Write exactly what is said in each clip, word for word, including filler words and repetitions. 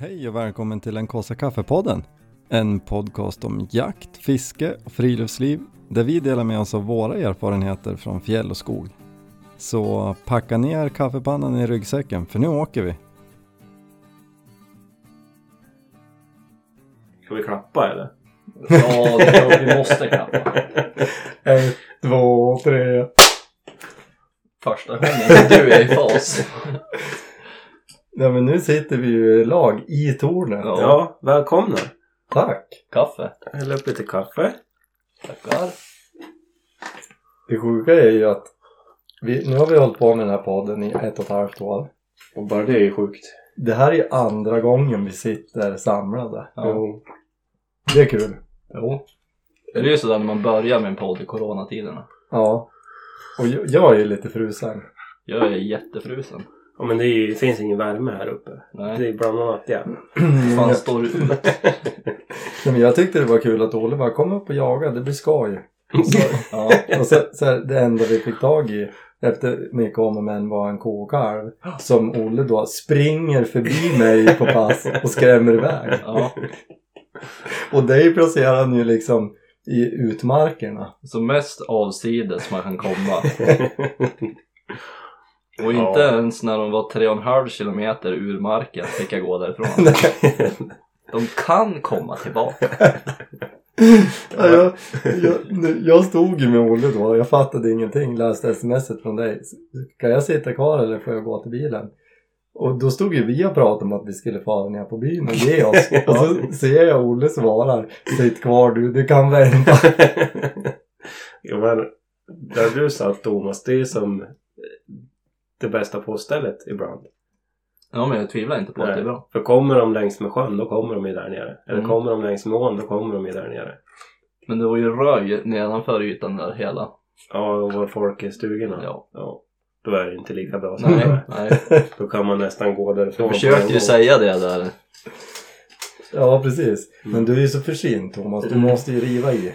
Hej och välkommen till en Kossa Kaffepodden. En podcast om jakt, fiske och friluftsliv där vi delar med oss av våra erfarenheter från fjäll och skog. Så packa ner kaffepannan i ryggsäcken för nu åker vi. Ska vi klappa eller? Ja, det är klart vi måste klappa. Ett, två, tre. Första gången du är i fas. Ja, men nu sitter vi ju i lag i tornet. Ja, ja, välkomna. Tack. Kaffe. Jag häller upp lite kaffe. Tackar. Det sjuka är ju att vi, nu har vi hållit på med den här podden i ett och ett halvt år. Och bara det är ju sjukt. Det här är ju andra gången vi sitter samlade. Ja. Jo. Det är kul. Jo. Det är ju sådär när man börjar med en podd i coronatiderna. Ja. Och jag, jag är ju lite frusen. Jag är jättefrusen. Ja, men det, är ju, det finns ingen värme här uppe. Nej. Det är bland annat det. Fan står du ut. Nej, men jag tyckte det var kul att Olle bara kom upp och jaga. Det blir skoj. Ja. Och så, så här, det enda vi fick tag i efter mycket om och men var en kokalv. Som Olle då springer förbi mig på pass och skrämmer iväg. Ja. Och dig placerar han ju liksom i utmarkerna. Så mest avsides man kan komma. Och inte Ja. ens när de var tre och en halv kilometer ur marken fick jag gå därifrån. De kan komma tillbaka. Ja, jag, jag, jag stod ju med Olle då. Jag fattade ingenting. Läste smset från dig. Ska jag sitta kvar eller får jag gå till bilen? Och då stod ju vi och pratade om att vi skulle fara ner på byn och ge oss. Och så ser jag Olle svarar. Sitt kvar du, du kan vänta. Jo, men där du sa Thomas, det är som det bästa poststället ibland. Ja, men jag tvivlar inte på att det är bra. För kommer de längs med sjön, då kommer de ju där nere. Eller Mm. kommer de längs med ån, då kommer de ju där nere. Men det var ju röj nedanför ytan där hela. Ja, och var folk i stugorna. Ja. Ja. Då är det inte lika bra som Nej, det är. nej. Då kan man nästan gå därifrån. Jag försökte ju säga det där. Ja, precis. Men du är ju så försynt, Thomas. Du måste ju riva i.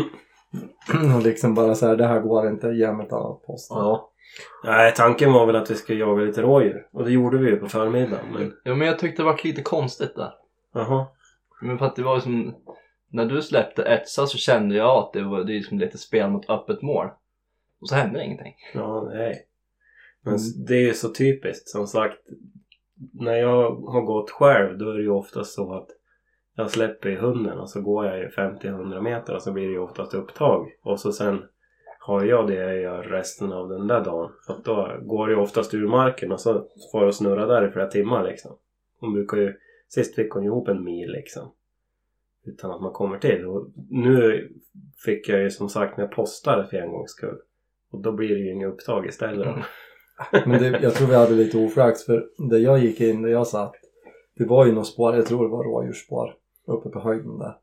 Och liksom bara så här, det här går inte igen med ett annat post. Ja. Nej, tanken var väl att vi skulle jaga lite rådjur. Och det gjorde vi ju på förmiddagen. Men... Ja, men jag tyckte det var lite konstigt där. Jaha. Men för att det var ju som... När du släppte Etsa så kände jag att det var det är som lite spel mot öppet mål. Och så hände ingenting. Ja, nej. Men det är ju så typiskt. Som sagt, när jag har gått själv, då är det ju oftast så att jag släpper i hunden och så går jag ju femtio till hundra meter och så blir det ju oftast upptag. Och så sen har jag det jag gör resten av den där dagen. För att då går det ju oftast ur marken och så får jag snurra där i flera timmar liksom. Hon brukar ju, sist fick hon ihop en mil liksom. Utan att man kommer till. Och nu fick jag ju som sagt när jag postade för en gångs skull. Och då blir det ju inga upptag istället. Mm. Men det, jag tror vi hade lite oflax för där jag gick in, där jag satt. Det var ju något spår, jag tror det var rådjursspår uppe på höjden där.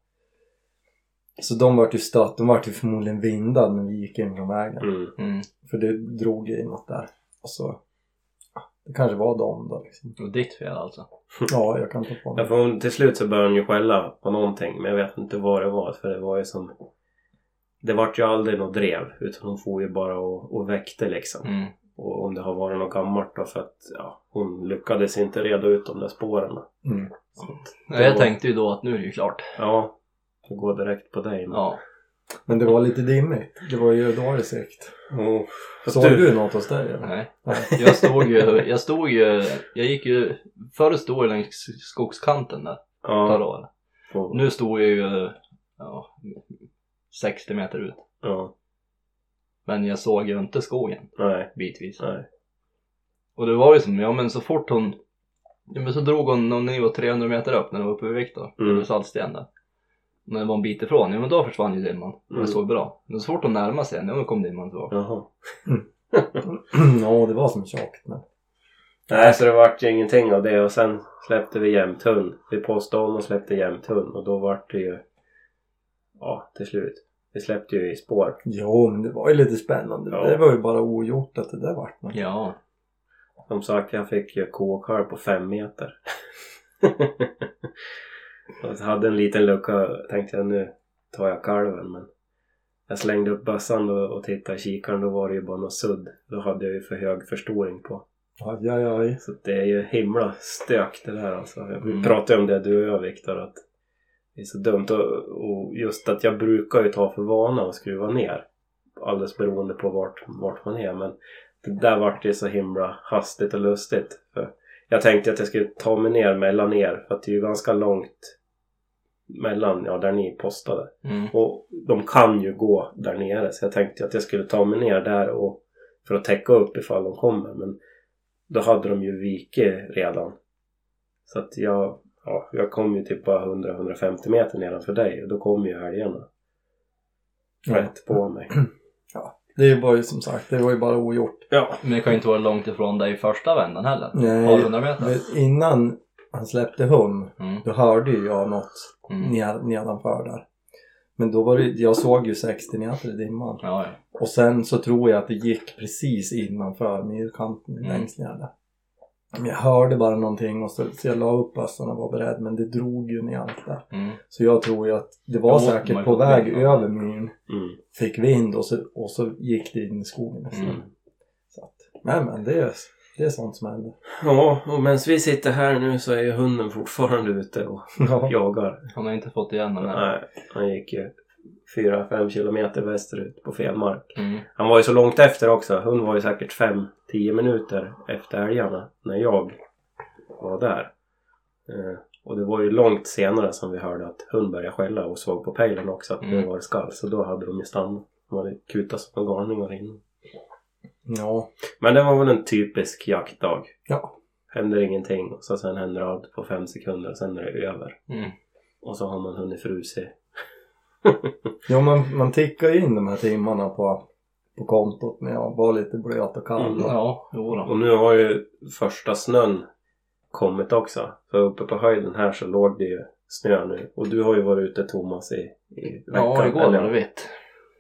Så de var ju stött, de var ju förmodligen vindade när vi gick in från vägen. Mm. Mm. För det drog ju inåt där. Och så, ja, det kanske var dem då liksom. Det var ditt fel alltså. Ja, jag kan ta på mig. Ja, för hon, till slut så började hon ju skälla på någonting. Men jag vet inte vad det var. För det var ju som... Det var ju aldrig något drev. Utan hon får ju bara och, och väckte liksom. Mm. Och om det har varit något gammalt då. För att ja, hon lyckades inte reda ut de där spåren. Mm. Ja, jag tänkte ju då att nu är det ju klart. Ja, det går direkt på dig. Men... Ja. Men det var lite dimmigt. Det var ju dålig sikt. Oh. Såg du... du något hos dig eller? Nej. Nej. Jag stod ju, jag stod ju, jag gick ju, förr stod jag längs skogskanten där förra Ja. året. Oh. Nu stod jag ju, ja, sextio meter ut. Ja. Men jag såg ju inte skogen Nej. bitvis. Nej. Och det var ju som, ja men så fort hon, ja men så drog hon någon nivå trehundra meter upp när det var uppe i vikt då. Mm. Eller saltsten där. När det var en bit ifrån, ja men då försvann ju dimman. Mm. Det såg bra. Men så fort hon närmade sig, ja då kom dimman tillbaka. Jaha. Ja, det var som tjockt. Men... Nej, så det vart ju ingenting av det. Och sen släppte vi jämt hund. Vi postade om och släppte jämt hund. Och då vart det ju... Ja, till slut. Vi släppte ju i spår. Jo, men det var ju lite spännande. Ja. Det var ju bara ogjort att det där vart något. Ja. Som sagt, jag fick ju kokalv på fem meter. Och så hade en liten lucka. Tänkte jag, nu tar jag kalven. Men jag slängde upp bössan då och tittade i kikaren. Då var det ju bara något sudd. Då hade jag ju för hög förstoring på. Aj, aj, aj. Så det är ju himla stök det där alltså. Vi Mm. pratade om det du och jag, Viktor, att det är så dumt. Och, och just att jag brukar ju ta för vana att skruva ner. Alldeles beroende på vart, vart man är. Men det där vart det så himla hastigt och lustigt. För jag tänkte att jag skulle ta mig ner mellan er. För att det är ju ganska långt mellan, ja, där ni postade. Mm. Och de kan ju gå där nere. Så jag tänkte att jag skulle ta mig ner där och för att täcka upp ifall de kommer. Men då hade de ju vike redan. Så att jag, ja, jag kom ju typ bara hundra till hundrafemtio meter nedanför dig. Och då kom ju älgarna rätt på mig. Ja, det var ju som sagt, det var ju bara ogjort. Ja. Men det kan ju inte vara långt ifrån dig i första vändan heller. Nej, Ett par hundra meter. men innan han släppte hund, Mm. då hörde ju jag något Mm. ned, nedanför där. Men då var det, jag såg ju sextio meter i dimman. Ja, ja. Och sen så tror jag att det gick precis innanför myrkanten Mm. längst ner där. Men jag hörde bara någonting och så, så jag la upp bössan och var beredd, men det drog ju ner allt där. Mm. Så jag tror ju att det var Ja, säkert man på får väg vind. över myren. Mm. Fick vind och så, och så gick det in i skogen. Mm. Så att, nej men det är, det är sånt som händer. Ja, och medan vi sitter här nu så är ju hunden fortfarande ute och Ja. jagar. Han har inte fått igen den här. Nej, han gick ju fyra fem kilometer västerut på fel mark. Mm. Han var ju så långt efter också. Hon var ju säkert fem till tio minuter efter älgarna när jag var där. Eh, och det var ju långt senare som vi hörde att hund började skälla och såg på pejlen också att Mm. det var skall. Så då hade de ju stannat. De hade kutat som galningar innan. Ja. Men det var väl en typisk jaktdag. Ja. Händer ingenting och så sen händer allt på fem sekunder och sen är det över. Mm. Och så har man hunnit frusit. Ja, man, man tickar in de här timmarna på, på kontot när jag var lite blöt och kall. Mm. Ja, jo då. Och nu har ju första snön kommit också. Så uppe på höjden här så låg det ju snö nu. Och du har ju varit ute, Thomas, i, i veckan. Ja, igår eller? var det vitt.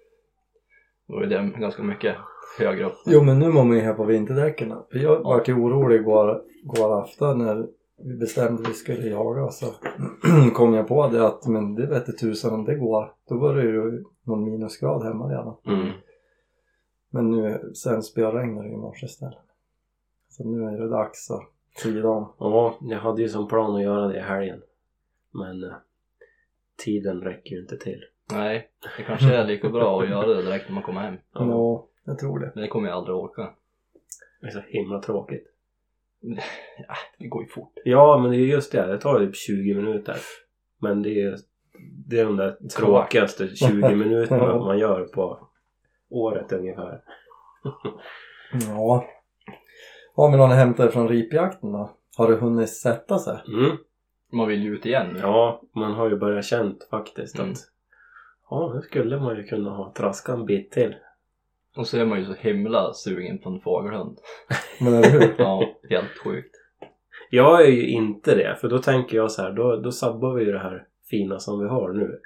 Då var det ganska mycket högre upp. Jo, men nu må man ju här på vinterdäcken. För jag var ju orolig igår, igår afton när vi bestämde att vi skulle jaga. Så kom jag på det att, men det vet inte tusan om det går. Då var det ju någon minusgrad hemma redan. Mm. Men nu, sen spöregnade det i morse istället. Så nu är det dags att skida om. Ja, jag hade ju som plan att göra det i helgen. Men eh, tiden räcker ju inte till. Nej, det kanske är lika bra att göra det direkt när man kommer hem. Ja. Ja, jag tror det. Men det kommer jag aldrig orka. Det är så himla tråkigt. Ja, det går ju fort. Ja, men det är just det. Det tar typ tjugo minuter. Men det är, det är de där tråkigaste tjugo minuterna man gör på året ungefär. Ja. Har vi någon hämtat från ripjakten då? Har du hunnit sätta sig? Mm. Man vill ju ut igen nu. Ja, man har ju börjat känt faktiskt Mm. att ja, nu skulle man ju kunna ha traskat en bit till. Och så är man ju så himla sugen på en fågelhund. Men eller hur? Ja, helt sjukt. Jag är ju inte det, för då tänker jag så här, då, då sabbar vi ju det här fina som vi har nu.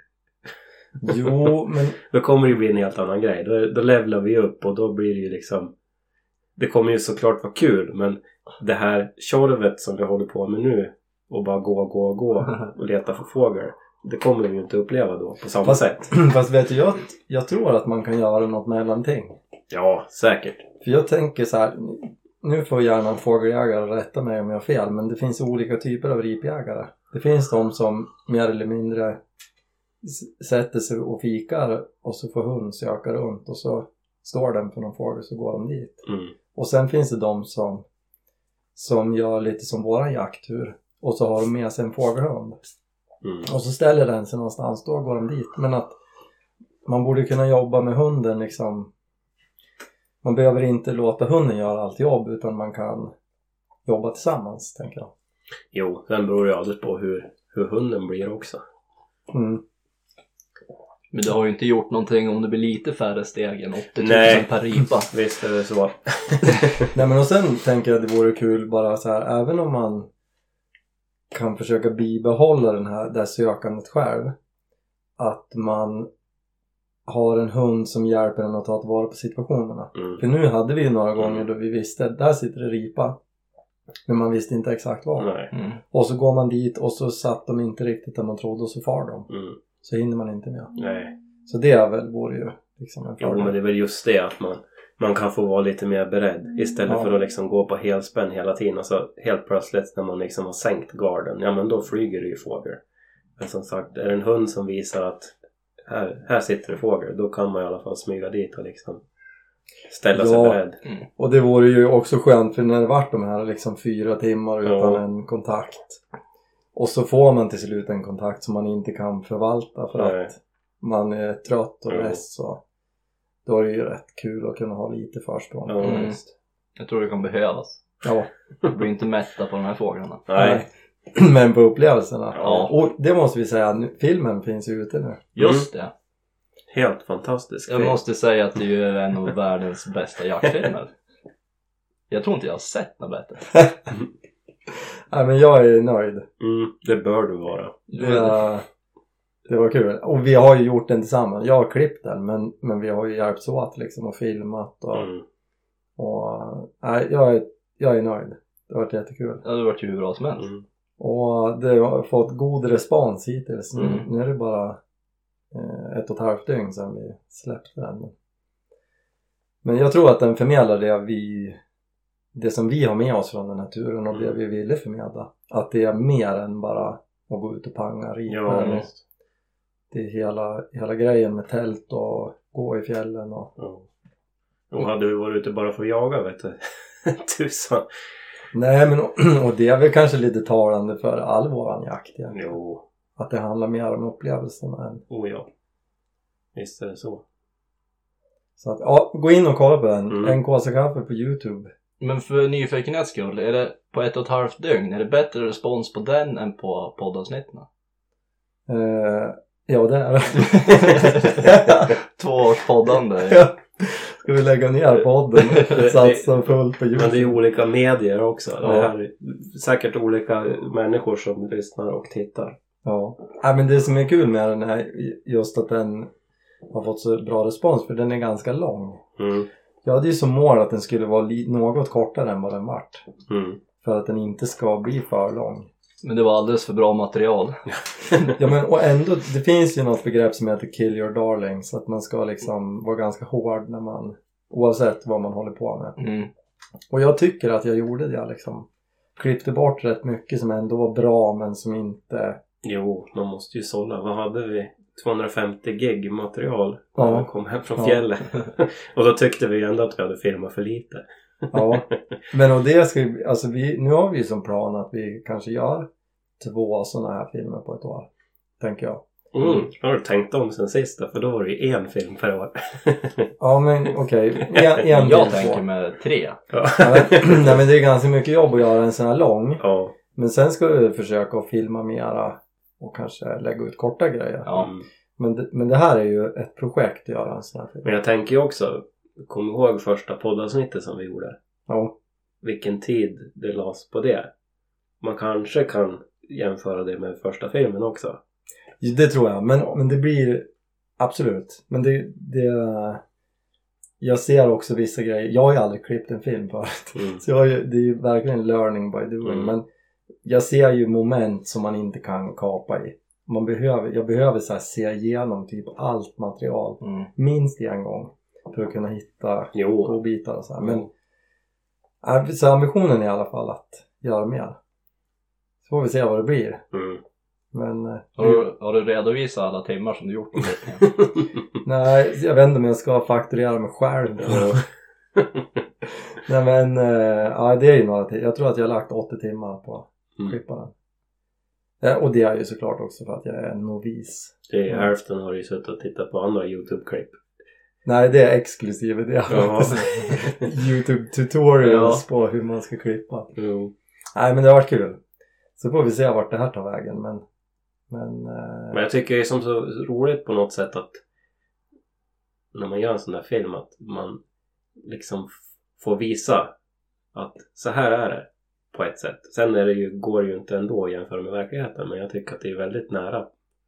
Jo, men Då kommer det ju bli en helt annan grej. Då, då levlar vi upp och då blir det ju liksom, det kommer ju såklart vara kul, men det här tjorvet som vi håller på med nu och bara gå, gå, gå och leta för fågel, det kommer vi ju inte uppleva då på samma Fast- sätt. fast vet du, jag, jag tror att man kan göra något mellanting. Ja, säkert. För jag tänker så här, nu får gärna en fågeljägare rätta mig om jag har fel, men det finns olika typer av ripjägare. Det finns de som mer eller mindre s- sätter sig och fikar och så får hund söka runt och så står den på någon fågel så går de dit. Mm. Och sen finns det de som, som gör lite som våran jakttur och så har de med sig en fågelhund. Mm. Och så ställer den sig någonstans, då går de dit. Men att man borde kunna jobba med hunden liksom. Man behöver inte låta hunden göra allt jobb utan man kan jobba tillsammans, tänker jag. Jo, sen beror det alldeles på hur, hur hunden blir också. Mm. Men det har ju inte gjort någonting om det blir lite färre steg än åttio tusen Nej. per ripa. Visst är det så. Nej, men och sen tänker jag att det vore kul bara så här, även om man kan försöka bibehålla den här, det här sökandet själv. Att man har en hund som hjälper en att ta tillvara på situationerna. Mm. För nu hade vi ju några gånger då vi visste att där sitter det ripa. Men man visste inte exakt var. Nej. Mm. Och så går man dit och så satt de inte riktigt där man trodde och så far de. Mm. Så hinner man inte med. Nej. Så det är väl, vore ju liksom en Jo, fördel. men det är väl just det att man man kan få vara lite mer beredd istället Ja. för att liksom gå på helspänn hela tiden. Alltså helt plötsligt när man liksom har sänkt garden, ja men då flyger det ju fågel. Men som sagt, är det en hund som visar att här, här sitter det fågel, då kan man i alla fall smyga dit och liksom ställa sig Ja. beredd. Mm. Och det vore ju också skönt, för när det vart de här liksom fyra timmar utan Ja. en kontakt. Och så får man till slut en kontakt som man inte kan förvalta för Nej. att man är trött och Ja. less. Så då är det ju rätt kul att kunna ha lite försprång. Ja, Mm. just. Jag tror det kan behövas. Ja. Jag blir inte mätta på de här fåglarna. Nej. Men på upplevelserna. Ja. Och det måste vi säga, nu- filmen finns ju ute nu. Just det. Helt fantastisk Jag film. måste säga att det är ju en av världens bästa jaktfilmer. Jag tror inte jag har sett något bättre. Nej, men jag är nöjd. Mm, det bör du vara. Det, det var kul. Och vi har ju gjort den tillsammans. Jag har klippt den, men, men vi har ju hjälpts åt liksom och filmat. Och, Mm. och nej, jag, är, jag är nöjd. Det har varit jättekul. Ja, det var ju hur bra som helst. Mm. Och det har fått god respons hittills. Nu, Mm. nu är det bara eh, ett och ett halvt dygn sedan vi släppte den. Men, men jag tror att den förmedlar det vi det som vi har med oss från den här turen och det Mm. vi ville förmedla. Att det är mer än bara att gå ut och panga ripor. Ja, eller- just. Det är hela, hela grejen med tält och gå i fjällen och... Ja. Och hade vi varit ute bara för att jaga, vet du. Tusan. Nej, men och det är väl kanske lite talande för all våran jakt egentligen. Jo. Att det handlar mer om upplevelserna än... Oh ja. Visst är det så. Så att, ja, gå in och kolla på den. Mm. En kåsa kaffe på YouTube. Men för nyfikenhets skull, är det på ett och ett halvt dygn, är det bättre respons på den än på poddavsnitten? Eh, ja, det är det. Två års poddande. Ja. Ska vi lägga ner podden Det- och satsa fullt på Men det är YouTube? olika medier också. Ja. Det här är säkert olika människor som lyssnar och tittar. Ja. Nej, men det som är kul med den här, just att den har fått så bra respons, för den är ganska lång. Mm. Jag hade ju som mål att den skulle vara li- något kortare än vad den vart. Mm. För att den inte ska bli för lång. Men det var alldeles för bra material. Ja, men och ändå, det finns ju något begrepp som heter kill your darling. Så att man ska liksom vara ganska hård när man, oavsett vad man håller på med. Mm. Och jag tycker att jag gjorde det liksom. Klippte bort rätt mycket som ändå var bra men som inte... Jo, man måste ju sålla. Vad hade vi? tvåhundrafemtio gig material Ja. när man kom hem från Ja. fjällen. Och då tyckte vi ändå att vi hade filmat för lite. Ja, men och det ska vi, alltså vi, nu har vi ju som plan att vi kanske gör två sådana här filmer på ett år. Tänker jag. Mm. Jag har tänkt om sen sist då, för då var det ju en film per år. Ja, men okej. Okay. En, en Jag till tänker två. med tre. Ja. Ja, men, nej, men det är ganska mycket jobb att göra en sån här lång. Ja. Men sen ska vi försöka att filma mera och kanske lägga ut korta grejer. Ja. Mm. Men, det, men det här är ju ett projekt att göra en sån här film. Men jag tänker ju också, kom ihåg första poddavsnittet som vi gjorde. Ja, Vilken tid det lades på det. Man kanske kan jämföra det med första filmen också. det tror jag. Men, Ja. men det blir absolut. Men det, det... Jag ser också vissa grejer. Jag har ju aldrig klippt en film förut. Mm. Så jag har ju, det är ju verkligen learning by doing. Mm. Men jag ser ju moment som man inte kan kapa i. Man behöver, jag behöver så här se igenom typ allt material. Mm. Minst en gång. För att kunna hitta Jo. godbitar och så här. Mm. Men äh, så ambitionen är i alla fall att göra mer. Så får vi se vad det blir. Mm. Men eh, Har, du, har du redovisat alla timmar som du gjort på klippningen? nej, jag vet inte om jag ska fakturera mig själv. Ja. Nej men, eh, ja det är ju några timmar. Jag tror att jag har lagt åttio timmar på att Mm. klippa den. Eh, och det är ju såklart också för att jag är en novis. Det är hälften har ju suttit och tittat på andra YouTube-klipp. Nej, det är exklusive det. Ja. YouTube tutorials på hur man ska klippa. Jo. Nej, men det har varit kul. Så får vi se vart det här tar vägen. Men, men, eh, Men jag tycker det är som så roligt på något sätt att när man gör en sån där film att man liksom f- får visa att så här är det på ett sätt. Sen är det ju, går det ju inte ändå att jämföra med verkligheten, men jag tycker att det är väldigt nära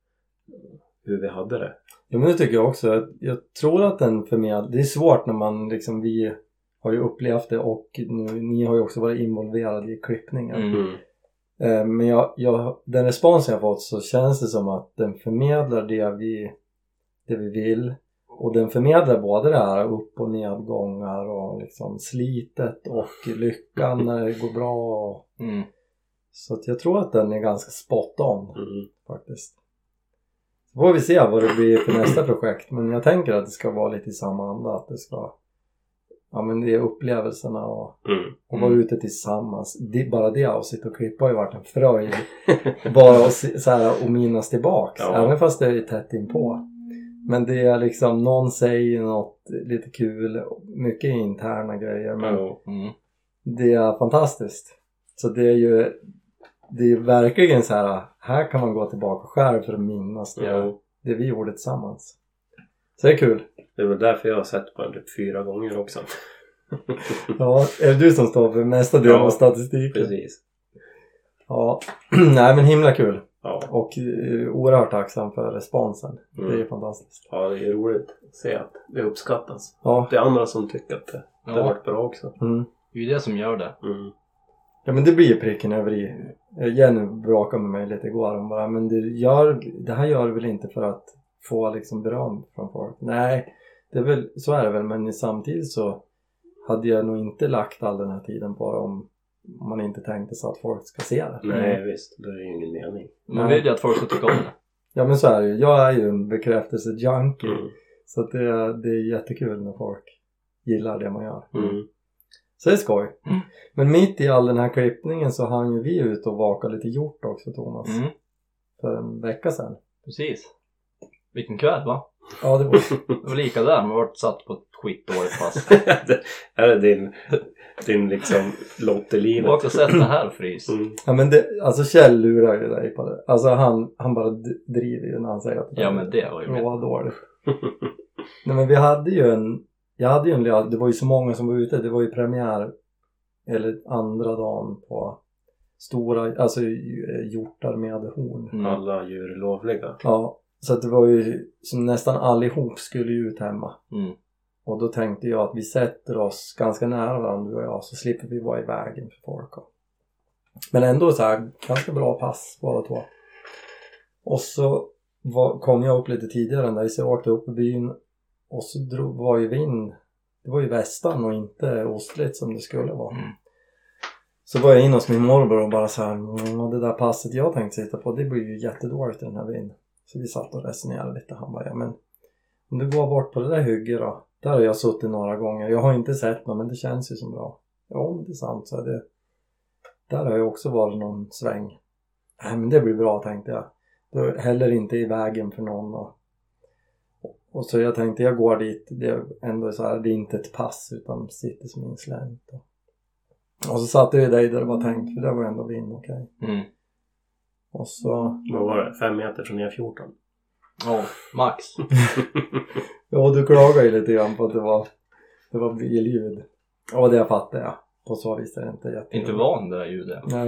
hur vi hade det. ja, men det tycker jag också. Jag, jag tror att den förmedlar. Det är svårt när man liksom, vi har ju upplevt det och nu, ni har ju också varit involverade i klippningen. Mm. Mm. Eh, men jag, jag, den responsen jag fått så känns det som att den förmedlar det vi, det vi vill. och den förmedlar både det här upp- och nedgångar och liksom slitet och lyckan när det går bra. Mm. Så att jag tror att den är ganska spot on Mm. faktiskt. Så får vi se vad det blir för nästa projekt. Men jag tänker att det ska vara lite i samma anda. Att det ska, ja men det är upplevelserna och, Mm. och vara ute tillsammans. Det, bara det att sitta och klippa har ju varit en fröjd. Bara att se- så här, och minnas tillbaks. Ja. Även fast det är tätt inpå. Men det är liksom, någon säger något lite kul. Mycket interna grejer. Men Ja. Mm. det är fantastiskt. Så det är ju, det är verkligen så här, här kan man gå tillbaka själv för att minnas det, Ja. det vi gjorde tillsammans. Så det är kul. Det är väl därför jag har sett på den typ fyra gånger också. Ja, är det du som står för mesta delen Ja, av statistiken? Precis. Ja, nej men himla kul. Ja. Och uh, oerhört tacksam för responsen. Mm. Det är fantastiskt. Ja, det är roligt att se att det uppskattas. Ja, Det är andra som tycker att det, det har Ja. varit bra också. mm. Det är ju det som gör det. Mm. Ja men det blir ju pricken över i. Jenny bråkade med mig lite igår om bara, men det, gör, det här gör du väl inte för att få liksom beröm från folk? Nej, det är väl, så är det väl, men samtidigt så hade jag nog inte lagt all den här tiden på det om man inte tänkte så att folk ska se det. Nej, visst. Det är ju ingen mening. Man Nej. vill ju att folk ska tycka om det. Ja men så är det ju. Jag är ju en bekräftelse-junkie. Mm. Så att det, det är jättekul när folk gillar det man gör. Mm. Så det är skoj. Mm. Men mitt i all den här klippningen så hann ju vi ut och vaka lite hjort också, Thomas. Mm. För en vecka sedan. Precis. Vilken kväll va? Ja, det var... Det var lika där, man har varit satt på ett skitdåligt pass. Det här är din, din liksom lott i livet. Och också sett det här frys. Mm. Ja men det, alltså Kjell lurar ju dig på det. Alltså han, han bara d- driver ju när han säger att Ja men det var ju det med. var dåligt. Nej men vi hade ju en, jag hade ju en, det var ju så många som var ute. Det var ju premiär, eller andra dagen på stora, alltså hjortar med horn. Mm. Alla djur är lovliga. Ja, så att det var ju som nästan allihop skulle ju ut hemma. Mm. Och då tänkte jag att vi sätter oss ganska nära varandra, du och jag, så slipper vi vara i vägen för folk. Men ändå så här, ganska bra pass båda två. Och så var, kom jag upp lite tidigare än där, så jag åkte upp i byn. Och så drog, var ju vind, det var ju västan och inte ostligt som det skulle vara. Mm. Så var jag in hos min morbror och bara så här, mm, det där passet jag tänkte sitta på, det blir ju jättedåligt i den här vinden. Så vi satt och resonerade lite. Han bara, ja men om du går bort på det där hygget då. Där har jag suttit några gånger. Jag har inte sett någon, men det känns ju som bra. Ja, men det är sant. Så är det. Där har jag också varit någon sväng. Nej, men det blir bra, tänkte jag. Då heller inte i vägen för någon. Och, och så jag tänkte, jag går dit. Det är ändå så här, det är inte ett pass utan sitter som en slänt. Och, och så satt jag ju dig där det var tänkt. För det var ändå vind, okej. Okay. Mm. Och så... Vad var det? Fem meter från E fjorton? Ja, max. Ja, du klagade ju lite grann på att det var, det var billjud. Ja, det fattar jag. På så vis är det inte jättekul. Inte van det där ljudet. Nej.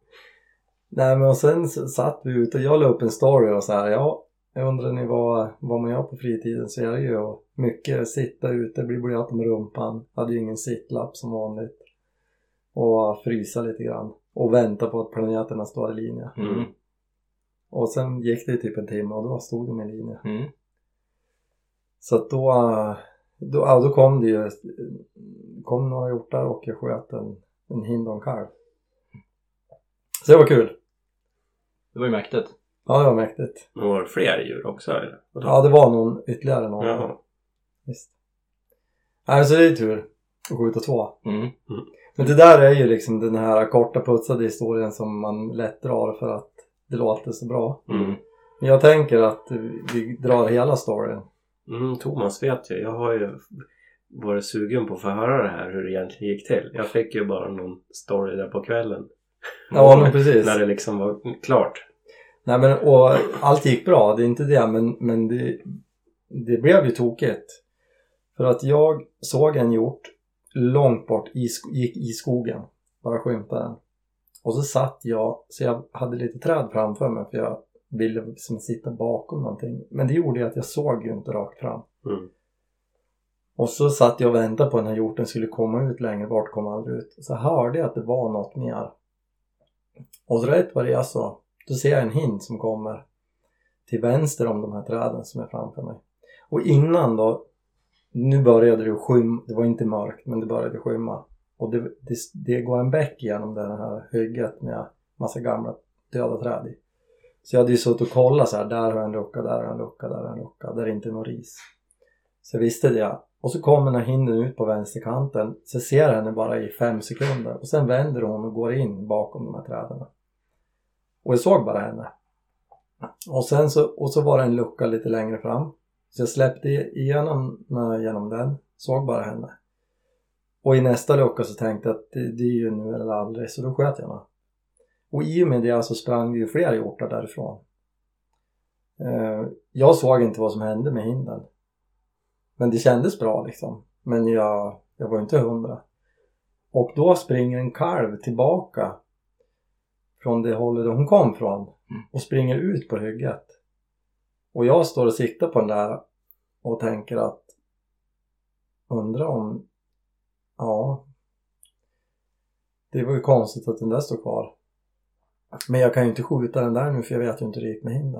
Nej, men och sen så satt vi ute och jag la upp en story och så här, ja, jag undrar ni vad, vad man gör på fritiden, så är det ju mycket sitta ute, bli blöt om rumpan. Hade ju ingen sittlapp som vanligt. Och frysa lite grann. Och vänta på att planeterna står i linje. Mm. Och sen gick det typ en timme och då stod de i linje. Mm. Så att då, då, ja, då kom det ju kom några hjortar och jag sköt en, en hind och en kalv. Så det var kul. Det var ju mäktigt. Ja, det var mäktigt. Men var det fler djur också eller? Ja, det var någon ytterligare någon. Ja. Visst. Nej, så det är tur att skjuta två. Mm. Men det där är ju liksom den här korta putsade historien som man lätt drar för att det låter så bra. Mm. Men jag tänker att vi drar hela storyn. Mm, Thomas vet ju. Jag har ju varit sugen på att få höra det här hur det egentligen gick till. Jag fick ju bara någon story där på kvällen. Ja, men precis. När det liksom var klart. Nej, men och allt gick bra, det är inte det, men, men det, det blev ju tokigt. För att jag såg en hjort långt bort, i, gick i skogen, bara skymtade den. Och så satt jag, så jag hade lite träd framför mig för jag ville liksom sitta bakom någonting. Men det gjorde ju att jag såg ju inte rakt fram. Mm. Och så satt jag och väntade på att den här hjorten skulle komma ut längre bort, kom aldrig ut. Så hörde jag att det var något mer. Och så rätt var det jag så. Då ser jag en hind som kommer till vänster om de här träden som är framför mig. Och innan då, nu började det skymma, det var inte mörkt men det började skymma. Och det, det, det går en bäck genom det här hygget med massa gamla döda träd i. Så jag hade ju suttit och kollat så här, där har jag en lucka, där har jag en lucka, där har jag en lucka, där är inte någon ris. Så jag visste det. Och så kommer den här hinden ut på vänsterkanten, så ser jag henne bara i fem sekunder. Och sen vänder hon och går in bakom de här träden. Och jag såg bara henne. Och sen så, och så var det en lucka lite längre fram. Så jag släppte igenom, genom den, såg bara henne. Och i nästa lucka så tänkte jag att det, det är ju nu eller aldrig, så då sköt jag henne. Och i och med det så sprang det ju flera hjortar därifrån. Eh, jag såg inte vad som hände med hinden. Men det kändes bra liksom. Men jag, jag var inte hundra. Och då springer en kalv tillbaka från det hållet där hon kom från. Och springer ut på hygget. Och jag står och siktar på den där och tänker att undrar om, ja, det var ju konstigt att den där står kvar. Men jag kan ju inte skjuta den där nu för jag vet ju inte hur det gick med hinden.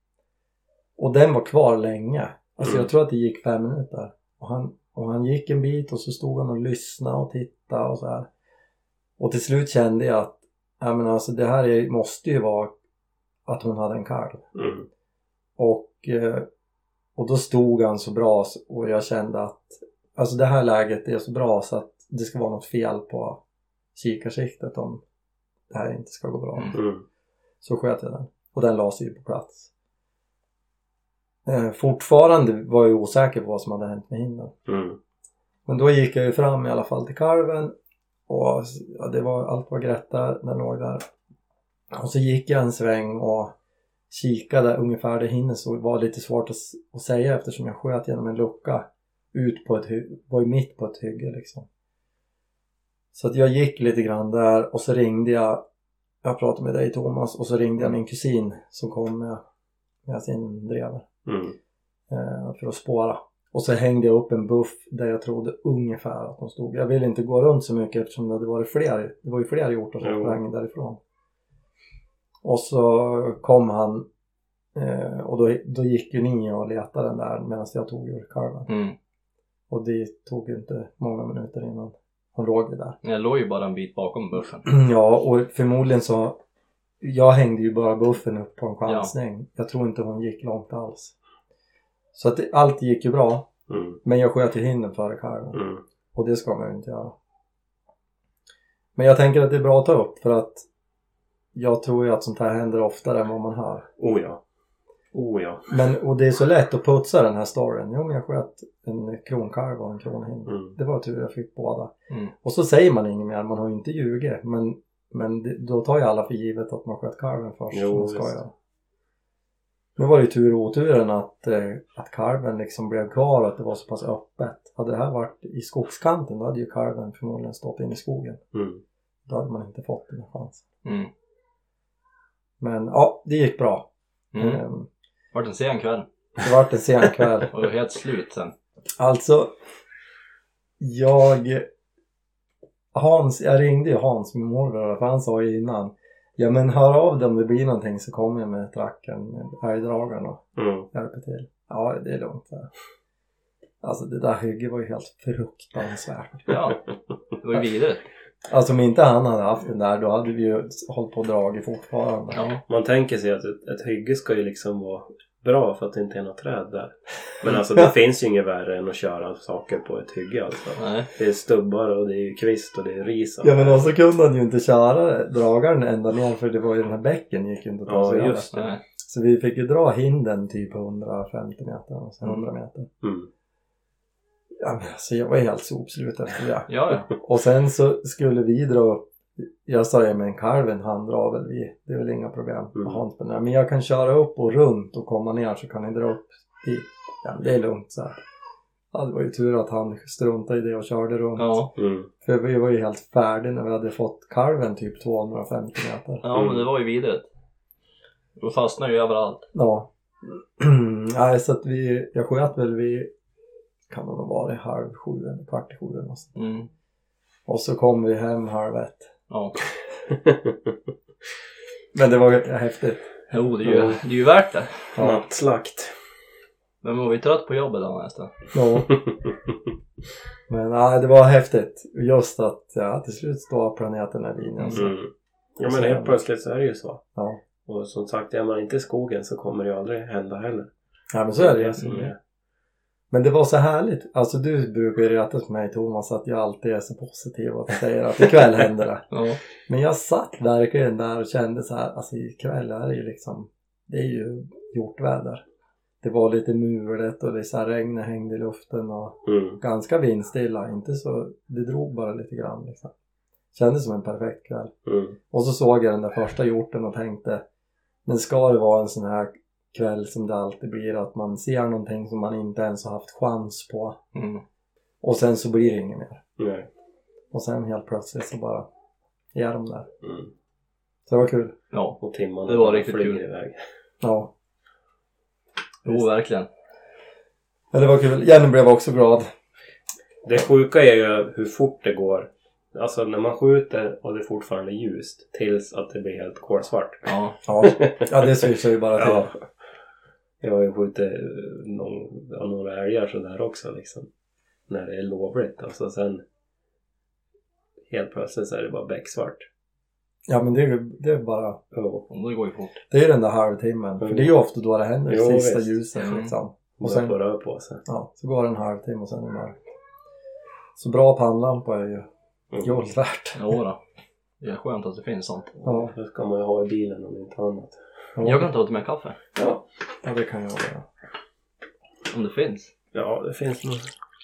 Och den var kvar länge. Alltså jag tror att det gick fem minuter. Och han, och han gick en bit och så stod han och lyssnade och tittade och så här. Och till slut kände jag att jag menar, alltså det här är, måste ju vara att hon hade en kalv. Mm. Och, och då stod han så bra och jag kände att alltså det här läget är så bra så att det ska vara något fel på kikarsiktet om det här inte ska gå bra. Mm. Så sköt jag den. Och den la sig ju på plats. Eh, fortfarande var jag osäker på vad som hade hänt med hinden. Mm. Men då gick jag ju fram i alla fall till kalven. Och ja, det var, allt var grätt där, den låg där. Och så gick jag en sväng och kikade ungefär där hinne, så var lite svårt att, att säga eftersom jag sköt genom en lucka ut på ett hy- var ju mitt på ett hygge liksom. Så att jag gick lite grann där och så ringde jag, jag pratade med dig Thomas, och så ringde jag min kusin som kom med, med sin drever mm. eh, för att spåra. Och så hängde jag upp en buff där jag trodde ungefär att de stod. Jag ville inte gå runt så mycket eftersom det hade varit fler, det var ju fler hjortar som sprang därifrån. Och så kom han eh, och då, då gick ju ni och letade den där medan jag tog ur kalven. Mm. Och det tog inte många minuter innan hon låg där. Jag låg ju bara en bit bakom buffen. Ja, och förmodligen så jag hängde ju bara buffen upp på en chansning. Ja. Jag tror inte hon gick långt alls. Så att det, allt gick ju bra. Mm. Men jag sköt ju hinden före kalven. Mm. Och det ska man ju inte göra. Men jag tänker att det är bra att ta upp för att jag tror ju att sånt här händer oftare än vad man hör. Oh ja. Oh ja. Men, och det är så lätt att putsa den här storyn. Jo, men jag sköt en kronkalv och en kronhind. Mm. Det var tur jag fick båda. Mm. Och så säger man inget mer. Man har ju inte ljugit. Men, men det, då tar ju alla för givet att man sköt kalven först. Jo, man ska göra. Nu var det ju tur och oturen att, eh, att kalven liksom blev kvar och att det var så pass öppet. Hade det här varit i skogskanten då hade ju kalven förmodligen stått in i skogen. Mm. Då hade man inte fått den chansen. Mm. Men ja, det gick bra. Mm. Um, Var det en sen kväll? det var en sen kväll. Och det var helt slut sen. Alltså, jag... Hans, jag ringde ju Hans med morbror för han sa ju innan. Ja men hör av dig om det blir någonting så kommer jag med trackern med älgdragaren och mm. hjälper till. Ja, det är lugnt. Där. Alltså det där hygge var ju helt fruktansvärt. Ja, det var ju vidare. Alltså om inte han hade haft den där då hade vi ju hållit på och dragit fortfarande. Ja. Man tänker sig att ett, ett hygge ska ju liksom vara bra för att det inte är något träd där. Men alltså det finns ju inget värre än att köra saker på ett hygge alltså. Nej. Det är stubbar och det är kvist och det är ris. Ja men också kunde han ju inte köra dragaren ända ner för det var ju den här bäcken gick ju inte att ta ja, sig över. just det. Så vi fick ju dra hinden typ hundrafemtio meter och så hundra meter. Mm. Ja men alltså jag var helt sopslut efter det. Ja, ja. Och sen så skulle vi dra upp. Jag sa ju med en kalven han drar väl vi. Det är väl inga problem. Mm. Hans, men jag kan köra upp och runt och komma ner så kan ni dra upp dit. Ja det är lugnt så här. Ja det var ju tur att han struntade i det och körde runt. Ja. Mm. För vi var ju helt färdiga när vi hade fått kalven typ tvåhundrafemtio meter. Ja men det var ju vidare. Då fastnade ju överallt. Ja. Nej så att vi, jag sköt väl vi kan det nog vara halv sju eller kvart i sju eller något. Mm. Och så kom vi hem halv ett. Ja. Men det var häftigt. Jo, det är ju, det är ju värt det. Ja. Nattslakt. Men man var ju trött på jobbet då nästan. Ja. Men nej, det var häftigt. Just att ja, till slut står planeten i linjen. Så. Mm. Ja, men helt plötsligt så är det ju så. Ja. Och som sagt, är man inte i skogen så kommer det ju aldrig hända heller. Ja, men så är det ju. som är. Men det var så härligt. Alltså du brukar ju retas med mig, Thomas, att jag alltid är så positiv och säger att ikväll händer det. Ja. Men jag satt verkligen där och kände så här, alltså ikväll är det ju liksom, det är ju hjortväder. Det var lite mulet och det så här regnet hängde i luften och Mm. ganska vindstilla, inte så, det drog bara lite grann liksom. Kändes som en perfekt kväll. Mm. Och så såg jag den där första hjorten och tänkte, men ska det vara en sån här kväll som det alltid blir, att man ser någonting som man inte ens har haft chans på. Mm. Och sen så blir det inget mer. Nej. Och sen helt plötsligt så bara är de där. Mm. Så det var kul. Ja, Och timmarna det var riktigt flyger kul. iväg. Ja. Jo, verkligen. Men det var kul. Jenny blev också glad. Det sjuka är ju hur fort det går. Alltså när man skjuter och det är fortfarande ljust tills att det blir helt kolsvart. Ja. Ja, ja det switchar ju bara till. Ja. Jag har ju skjutit någon, några älgar så där också liksom. När det är lovligt. Alltså sen helt plötsligt så är det bara becksvart. Ja, men det är, det är bara, Ja. Det går ju fort. det är den där halvtimmen. För det är ju ofta då det händer, Jo, sista visst. ljuset Mm. liksom. Och Och sen, sen får röra på sig. ja, så går det en halvtimme och sen är det mörkt. Så bra pannlampa är ju Mm. guld värt. Jo då. Det är skönt att det finns sånt. Ja. Det ska man ju ha i bilen om inte annat. Ja. Jag kan ta till mig kaffe. Ja. Ja, det kan jag göra. Om det finns. Ja, det finns nog.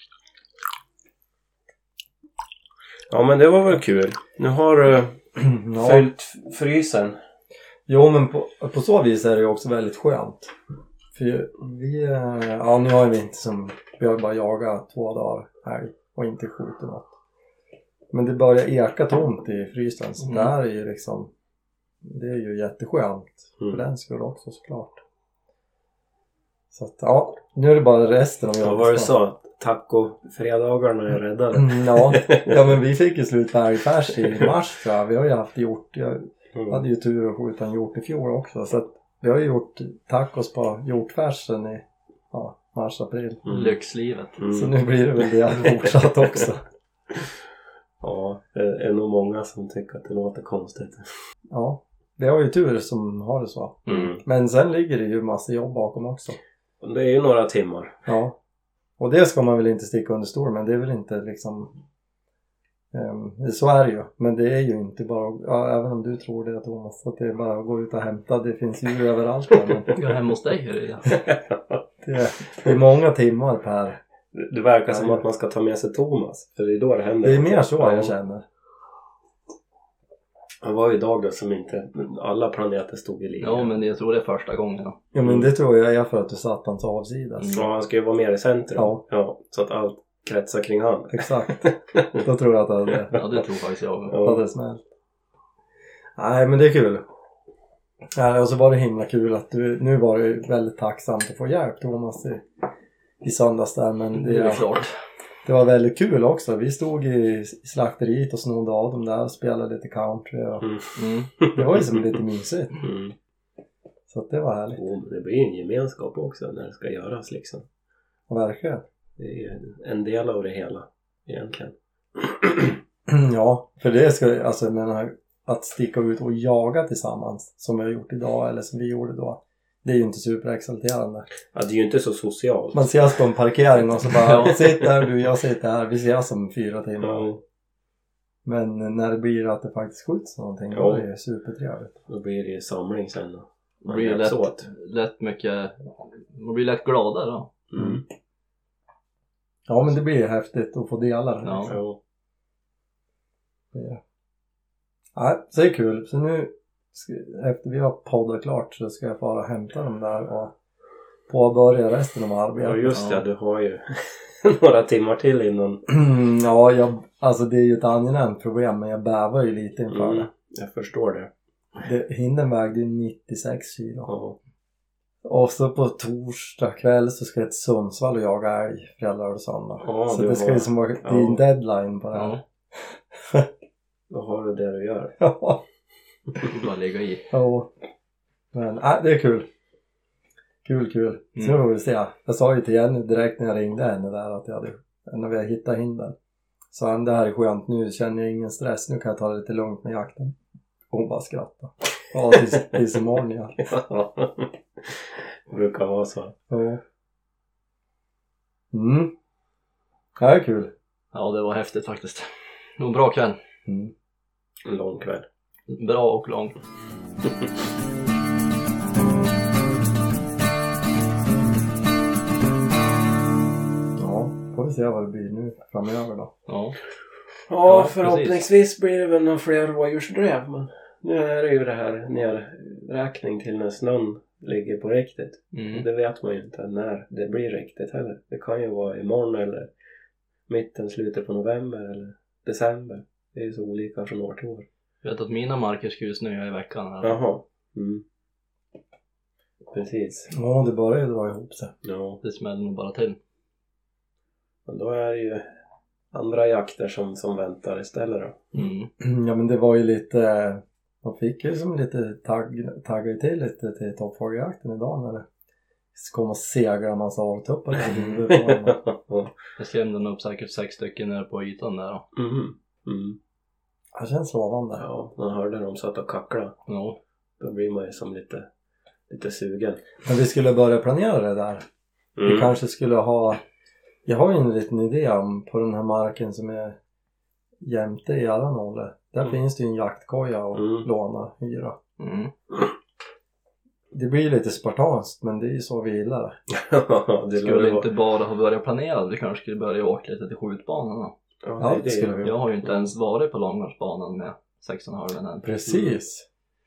Ja, men det var väl kul. Nu har du Ja. fyllt frysen. Jo, men på, på så vis är det ju också väldigt skönt. För vi, eh, ja nu har vi inte som, vi har bara jagat två dagar här och inte skjutit något. Men det börjar eka tomt i frysen, så Mm. där är ju liksom, det är ju jätteskönt Mm. för den skulle också såklart. Så att ja, nu är det bara resten av Vad var det så? Taco-fredagarna är räddade. Mm, ja, ja, men vi fick ju slut på älgfärs i mars tror jag. Vi har ju haft gjort, jag Mm. hade ju tur att skjuta en hjort i fjol också. Så att vi har ju gjort tacos på hjortfärsen i ja, mars, april. Mm. Lyxlivet. Mm. Så nu blir det väl det fortsatt också. Ja, det är nog många som tycker att det låter konstigt. Ja, vi har ju tur som har det så. Mm. Men sen ligger det ju massa jobb bakom också. Det är ju några timmar. Ja, och det ska man väl inte sticka under stol, men det är väl inte liksom um, så är det ju. Men det är ju inte bara, ja, även om du tror det Thomas, att det är bara att gå ut och hämta, det finns djur överallt där, men Jag är hemma hos dig hur är det? det, är, det är många timmar per. Det verkar som att man ska ta med sig Thomas. För det är då det händer. Det är mer så Ja. jag känner. Det var ju idag då som inte alla planeter stod i linje. Ja, men jag tror det är första gången då. Ja, men det tror jag är för att du satt hans avsidas. Ja, han ska ju vara mer i centrum. Ja. Ja, så att allt kretsar kring han. Exakt. Då tror jag att det hade, Ja, det tror faktiskt jag. Ja. hade smält. Nej, men det är kul. Ja, och så var det himla kul att du, nu var det ju väldigt tacksamt att få hjälp Thomas i, i söndags där, men Det är det, klart. det var väldigt kul också. Vi stod i, i slakteriet och snodde av dem där och spelade lite country och Mm. Mm. det var ju som lite mysigt. Mm. Så att det var härligt. Jo, men det blir en gemenskap också när det ska göras liksom. Och verkligen. Det är ju en del av det hela egentligen. Ja, för det ska, alltså jag menar, att sticka ut och jaga tillsammans som vi har gjort idag eller som vi gjorde då, det är ju inte superexalterande. Ja, det är ju inte så socialt. Man ses på en parkering och så bara, Ja. sitt där du, jag sitter här, vi ses om fyra timmar. Ja, Men när det blir att det faktiskt skjuts någonting, Ja. då är det supertrevligt. då blir det ju samling sen då. Det Man blir hjälps lätt, åt. lätt mycket. Man blir lätt gladare då. Mm. Ja, men det blir häftigt att få dela det. Ja. Ja. Ja. Ja, så det är kul. Så nu, ska- efter vi har poddat klart så ska jag fara och hämta dem där och påbörja resten av arbetet. Ja, just det. Ja. Du har ju några timmar till innan. Ja, jag, alltså det är ju ett angenämt problem, men jag bävar ju lite inför Mm. det. Jag förstår det. det. Hinden vägde ju nittiosex kilo. Ja. Och så på torsdag kväll så ska jag till Sundsvall och jaga älg fredag, lördag och söndag. Ja, så det det ska var- ju som vara, det är ja. en deadline på det här. Ja. Då har du det du gör. Ja. Det är bara att lägga i. Ja. Men äh, det är kul. Kul, kul. Mm. Så får vi se. Jag sa ju till Jenny direkt när jag ringde henne där att jag hade, när vi har hittat hinden. Så han, det här är skönt, nu känner jag ingen stress, nu kan jag ta det lite lugnt med jakten. Och hon bara skrattade. Ja, tills, tills imorgon ja. Ja. Det brukar vara så. Ja. Mm. Det här är kul. Ja, det var häftigt faktiskt. Det var en bra kväll. Mm. En lång kväll. Bra och lång. Ja, får vi se vad det blir nu framöver då. Ja. Ja, Ja, förhoppningsvis blir det väl någon fler rådjursdrev. Men nu är det ju det här nedräkning till när snön ligger på riktigt. Mm. Det vet man ju inte när det blir riktigt heller. Det kan ju vara imorgon eller mitten, slutet på november eller december. Det är ju så olika från år till år. Jag vet att mina marker ska ju snöa i veckan. Eller? Jaha. Mm. Precis. Ja, det börjar ju dra ihop sig. Ja. Det smäller nog bara till. Men då är det ju andra jakter som, som väntar istället då. Mm. Ja, men det var ju lite... Man fick ju som lite tagg, tagga till lite till toppfågeljakten idag när det kom och segla en massa avtuppar i huvudet på honom. Jag skrämde nog upp säkert sex stycken nere på ytan där då. Mm. Mm. Det känns lovande. Ja, man hörde dem satt och kackla. Ja. Då blir man ju som lite, lite sugen. Men vi skulle börja planera det där. Mm. Vi kanske skulle ha... Jag har ju en liten idé om på den här marken som är jämte i alla nollor. Där Mm. finns det ju en jaktkoja och Mm. låna, hyra. Mm. Det blir lite spartanskt, men det är ju så vi gillar det. det Skulle lär inte vara- bara ha börjat planera. Vi kanske skulle börja åka lite till skjutbanan då. Ja, Ja, det, är det skulle vi. Jag har ju inte ens varit på långgårdsbanan med sexton halven än. Precis.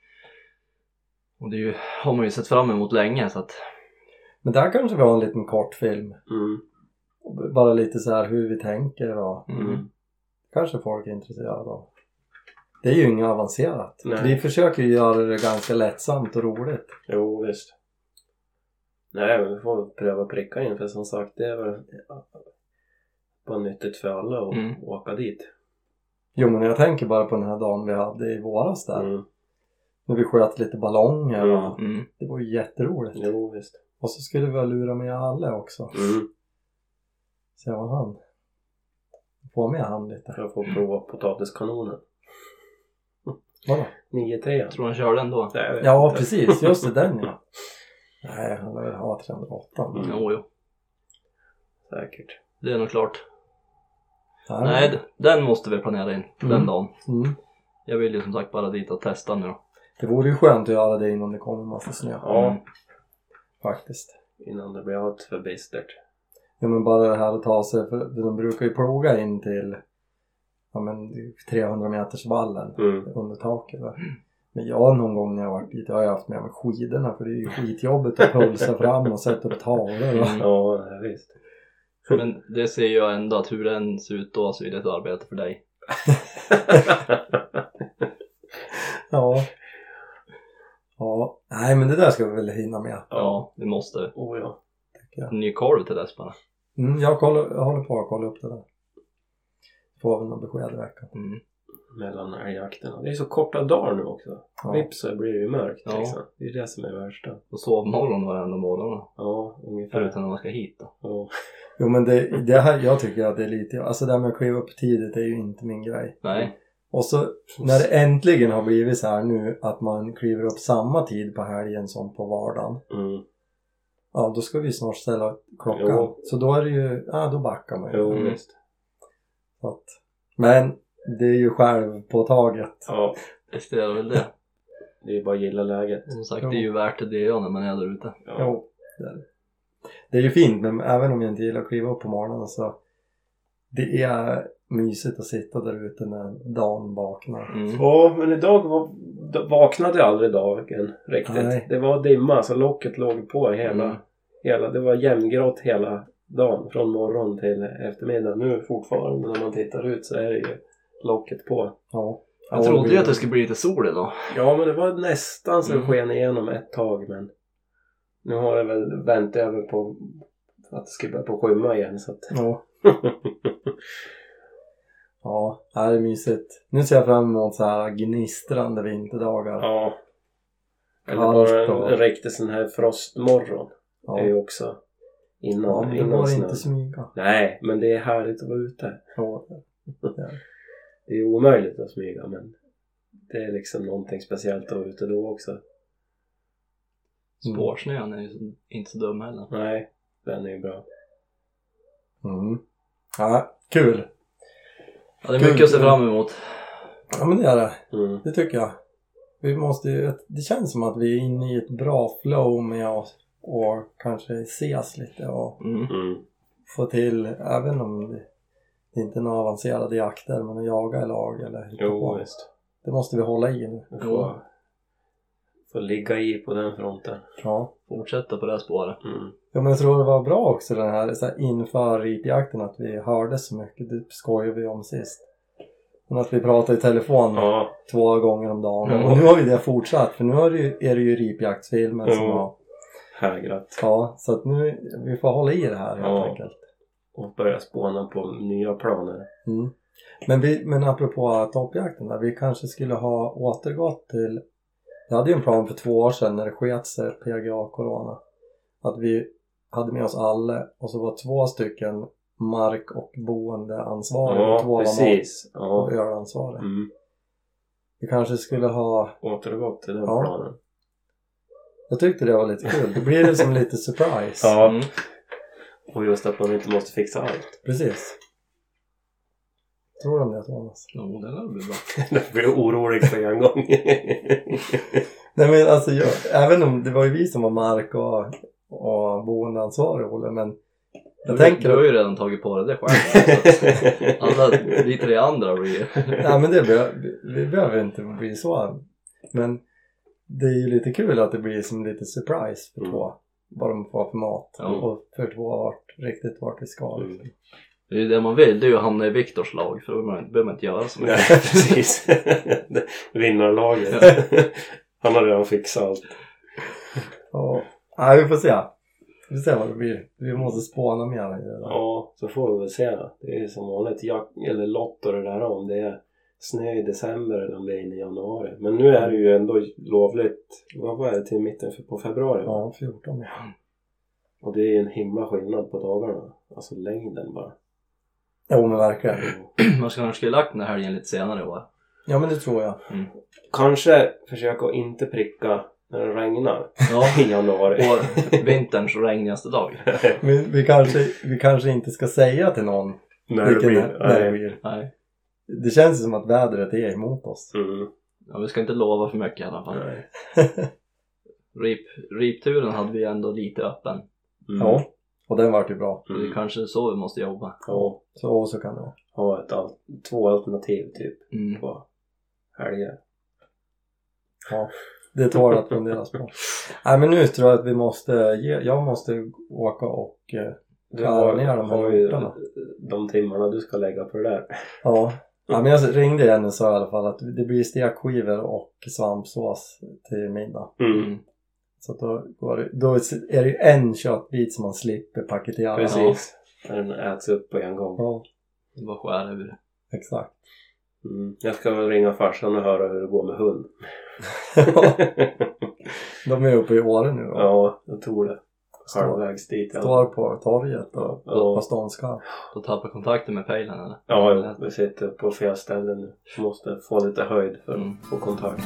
Och det är ju, har man ju sett fram emot länge så att... Men där kanske vi har en liten kortfilm. Mm. Bara lite så här hur vi tänker och Mm. kanske folk är intresserade av. Det är ju inget avancerat. Nej. Vi försöker ju göra det ganska lättsamt och roligt. Jo, visst. Nej, men vi får pröva pricka in. För som sagt, det är väl bara nyttigt för alla att Mm. åka dit. Jo, men jag tänker bara på den här dagen vi hade i våras där. Mm. När vi sköt lite ballonger Mm. och Mm. det var ju jätteroligt. Jo, visst. Och så skulle vi lura med alla också. Mm. Se vad han får med han lite. Jag får prova potatiskanonen. Vadå? nio tre. Jag tror han körde ändå. Nej, jag vet Ja, inte. precis. Just det, den ja. Nej, han vill ha trehundraåtta. Men... Mm. Jo, jo. Säkert. Det är nog klart. Ja, Nej, d- den måste vi planera in Mm. den dagen. Mm. Jag vill ju som sagt bara dit och testa nu då. Det vore ju skönt att göra det innan det kommer en massa snö. Ja. Mm. Faktiskt. Innan det blir allt för bistert. Ja, men bara det här att ta sig, för de brukar ju ploga in till ja, men trehundra meters vallen Mm. under taket där. Men jag någon gång när jag varit dit, jag har jag haft med mig skidorna för det är ju skitjobbigt att pulsa fram och sätta upp tavlor. Och... Ja, nej, visst. Men det ser jag ändå att hur den ser ut då så är det ett arbete för dig. ja. Ja. Nej, men det där ska vi väl hinna med. Ja, vi måste. Oh ja. Tycker jag. En ny korv till dess bara. Mm, jag, kollar, jag håller på att kolla upp det där. Får vi något besked i veckan. Mm. Mellan älgjakterna. Det är så korta dagar nu också. Ja. Vips så blir det ju mörkt Ja. liksom. Det är det som är värsta. Och sovmorgon varenda morgon då. Ja, ungefär. Förutom när man ska hit då. Ja. Jo, men det, det här, jag tycker att det är lite, alltså det här med att kliva upp tidigt är ju inte min grej. Nej. Och så när det äntligen har blivit så här nu att man kliver upp samma tid på helgen som på vardagen. Mm. Ja, då ska vi snart ställa klockan. Jo. Så då är det ju, ja då backar man ju. Jo, Mm. visst. Så att, men det är ju självpåtaget. Ja, Visst är det väl det. det är bara att gilla läget. Som sagt, Jo. det är ju värt det ja, när man är där ute. Ja. Jo, det är det. Det är ju fint, men även om jag inte gillar att kliva upp på morgonen så det är mysigt att sitta där ute när dagen vaknar. Mm. Ja, men idag var, då vaknade aldrig dagen riktigt. Nej. Det var dimma så locket låg på hela, Mm. hela det var jämngrått hela dagen från morgon till eftermiddag. Nu fortfarande när man tittar ut så är det ju locket på. Ja. Jag trodde ju att det skulle bli lite sol idag. Ja, men det var nästan så det Mm. sken igenom ett tag, men nu har det väl vänt över på att det ska börja på skymma igen så att... Ja. Ja, det är mysigt. Nu ser jag fram emot så här gnistrande vinterdagar. Ja. Eller Kallt bara en, och- en riktig sån här frostmorgon. ja. är ju också innan, ja, men innan det var snön. inte smyga. Nej, men det är härligt att vara ute. Ja. Ja. Det är omöjligt att smyga, men det är liksom någonting speciellt att vara ute då också. Spårsnön är ju inte så dum heller. Nej, den är ju bra. Mm. Ja, kul. Ja, det är mycket att se fram emot. Ja, men det är det. Mm. Det tycker jag. Vi måste ju, det känns som att vi är inne i ett bra flow med oss och kanske ses lite och Mm. Mm. få till, även om det inte är några avancerade jakter, men att jaga i lag eller hitta Jo, på. visst. Det måste vi hålla i nu. Vi får, får ligga i på den fronten. Ja. Fortsätta på det här spåret. Mm. Ja, men jag tror det var bra också den här, så här inför ripjakten att vi hörde så mycket. Det skojar vi om sist. Men att vi pratade i telefon Ja. två gånger om dagen. Ja. Och nu har ju det fortsatt, för nu är det ju, är det ju ripjaktsfilmen som Ja. har... Hägrat. Ja, så att nu, vi får hålla i det här helt Ja. enkelt. Och börja spåna på nya planer. Mm. Men, vi, men apropå toppjakten där, vi kanske skulle ha återgått till... Jag hade ju en plan för två år sedan när det sket sig P G A-corona. Att vi hade med oss alla och så var två stycken mark- och boendeansvariga. Ja, två precis. var Ja. och ölansvariga. Mm. Vi kanske skulle ha... Återgått till den Ja. planen. Jag tyckte det var lite kul. Det blir det som lite surprise. Ja. Mm. Och just att man inte måste fixa allt. Precis. Tror de det, Thomas? Jo, det lär bli bra. Jag blir orolig för en gång. Nej, men alltså jag, även om det var ju vi som var mark- och, och boendeansvariga, Olle, men jag Du, tänker... du har ju redan tagit på dig det själv. Alla, vi tre andra blir... Nej, men det be, vi behöver inte bli så. Men det är ju lite kul att det blir som lite surprise för Mm. två. Vad de får för mat. Ja. Och för två vart, riktigt vart vi ska. Mm. Liksom. Det är ju det man vill, det är ju att hamna i Viktors lag. För då behöver man inte göra så Nej, mycket. precis. Vinnarlaget. Han har redan fixat allt. Ja, nej, vi får se. Vi får se vad det blir. Vi måste spåna mer i det där. Ja, så får vi väl se då. Det är som vanligt jak- eller lott och det där, om det är snö i december eller om det är inne i januari. Men nu är det ju ändå lovligt. Vad var det till mitten för, på februari? Va? Ja, fjorton. Och det är ju en himla skillnad på dagarna. Alltså längden bara. Jo, men verkligen. Man ska kanske lagt den här helgen lite senare i år. Ja, men det tror jag. Mm. Kanske försöka att inte pricka när det regnar Ja, i januari. på vinterns regnigaste dag. Men vi kanske, vi kanske inte ska säga till någon när det vilken blir. när det Nej. blir. Nej. Det känns som att vädret är emot oss. Mm. Ja, vi ska inte lova för mycket i alla fall. Nej. Rip, ripturen hade vi ändå lite öppen. Mm. Ja, och den vart ju bra. Det är Mm. kanske så vi måste jobba. Ja, Så, så kan det vara. ha ett al- två alternativ typ Mm. på helger. Ja, det tål att funderas på. Nej, men nu tror jag att vi måste ge, jag måste åka och eh, Du Klara har, ner de här har ju orterna. de timmarna du ska lägga på det där. ja. Ja, men jag ringde igen och sa i alla fall att det blir stekskivor och svampsås till middag. Mm. Så att då, går det, då är det ju en köttbit som man slipper paketera. Precis. Den äts upp på en gång. Ja, Det var skär över det. exakt. Mm. Jag ska väl ringa farsan och höra hur det går med hund. De är uppe i Åre nu då. Ja, jag tror det. Står- Halvvägs dit. Ja, Står på torget och på ja. ståndskall. Då tappar kontakten med pejlen eller? ja jo, vi sitter på fel ställe nu. Måste få lite höjd för Mm. att få kontakt.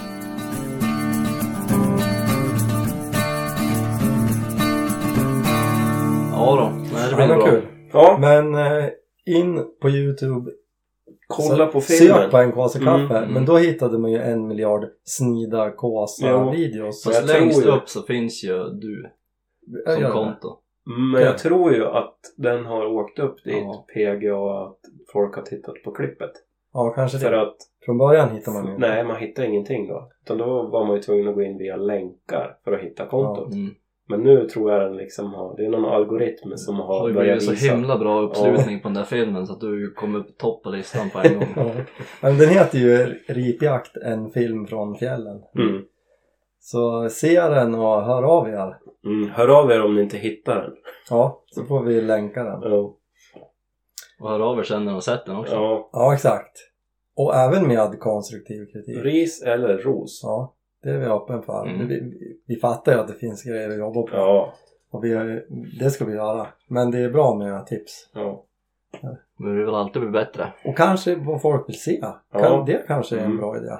Ja då, nej, det Ja, blir men bra. kul. Ja, Men eh, in på YouTube. kolla Så- på filmen. Sök på en kåse kaffe. Mm, Men då hittade man ju en miljard snida kåsa Jo. videos. Men Fast jag längst tror ju- upp så finns ju du Jag som gör det. konto. Men jag tror ju att den har åkt upp dit, Ja. P G A, att folk har tittat på klippet. Ja, kanske För det. att, Från början hittar man ju. nej, man hittar ingenting då. Utan då var man ju tvungen att gå in via länkar för att hitta kontot. Mm. Men nu tror jag den liksom har, det är någon algoritm som Det har har ju börjat blivit så visa. himla bra uppslutning på den där filmen så att du kommer upp på topp på listan på en gång. Ja. Men den heter ju Ripjakt, en film från fjällen. Mm. Så se den och hör av er. Mm. Hör av er om ni inte hittar den. Ja, så får vi länka den. Ja, Och hör av er sen när de sett den också. ja. Ja, exakt. Och även med konstruktiv kritik. Ris eller ros. Ja, det är vi öppen för. Mm. Vi, vi, vi fattar ju att det finns grejer att jobba på. Ja, Och vi har, det ska vi göra. Men det är bra med tips. Ja. Men vi vill alltid bli bättre. Och kanske vad folk vill se. Ja. Kan, det kanske är en Mm. bra idé.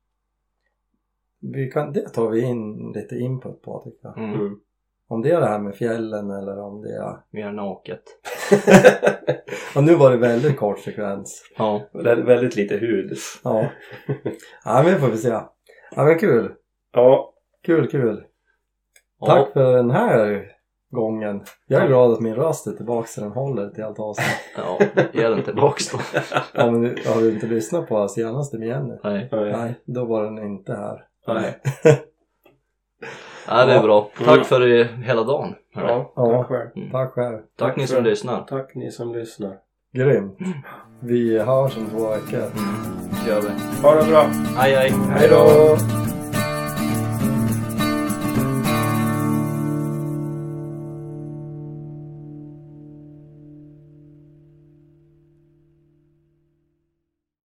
Vi kan, det tar vi in lite input på tycker jag. Mm. Mm. Om det är det här med fjällen eller om det är... Mer naket. Och nu var det väldigt kort sekvens. Ja. Vä- väldigt lite hud. Ja. Ja men får vi se. Ja men kul. Ja. Kul kul. Ja. Tack för den här gången. Jag är glad att min röst är tillbaka så den håller till allt avsnitt. Ja, ge den tillbaks då. Ja, men har du inte lyssnat på senaste med Jenny? Nej. Nej. Nej, då var den inte här. Nej. Ja, det är Ja. bra. Tack Mm. för i hela dagen. Ja, Ja. tack själv. Mm. Tack själv. Tack, Tack ni för- som lyssnar. Tack ni som lyssnar. Grymt. Vi hörs om två veckor. Mm. Gör vi. Ha det bra. Aj, aj. Hej då.